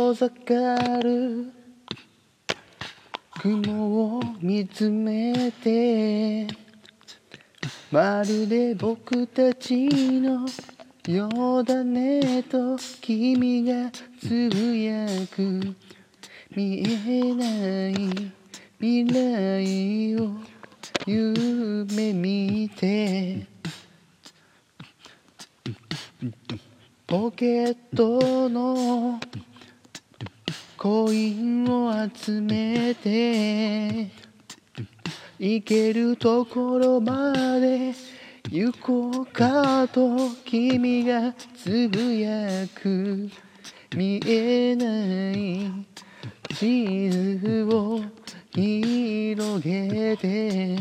遠ざかる雲を見つめて、まるで僕たちのようだねと君がつぶやく、見えない未来を夢見て、ポケットのコインを集めて、行けるところまで行こうかと君がつぶやく、見えない地図を広げて、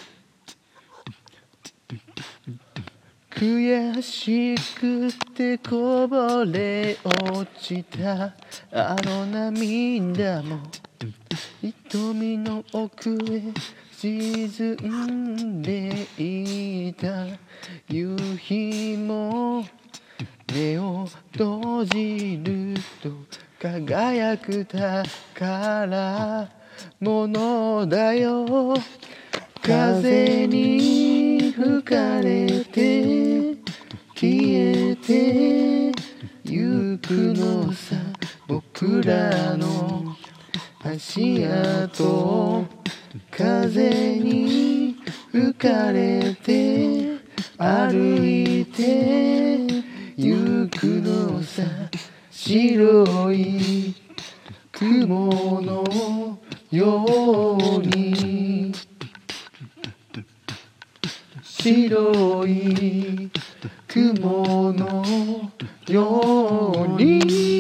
悔しくてこぼれ落ちたあの涙も瞳の奥へ沈んでいた。夕日も目を閉じると輝く宝物だよ。風に吹かれて消えてゆくのさ、僕らの足跡。風に吹かれて歩いてゆくのさ、白い雲のように、白い雲のように。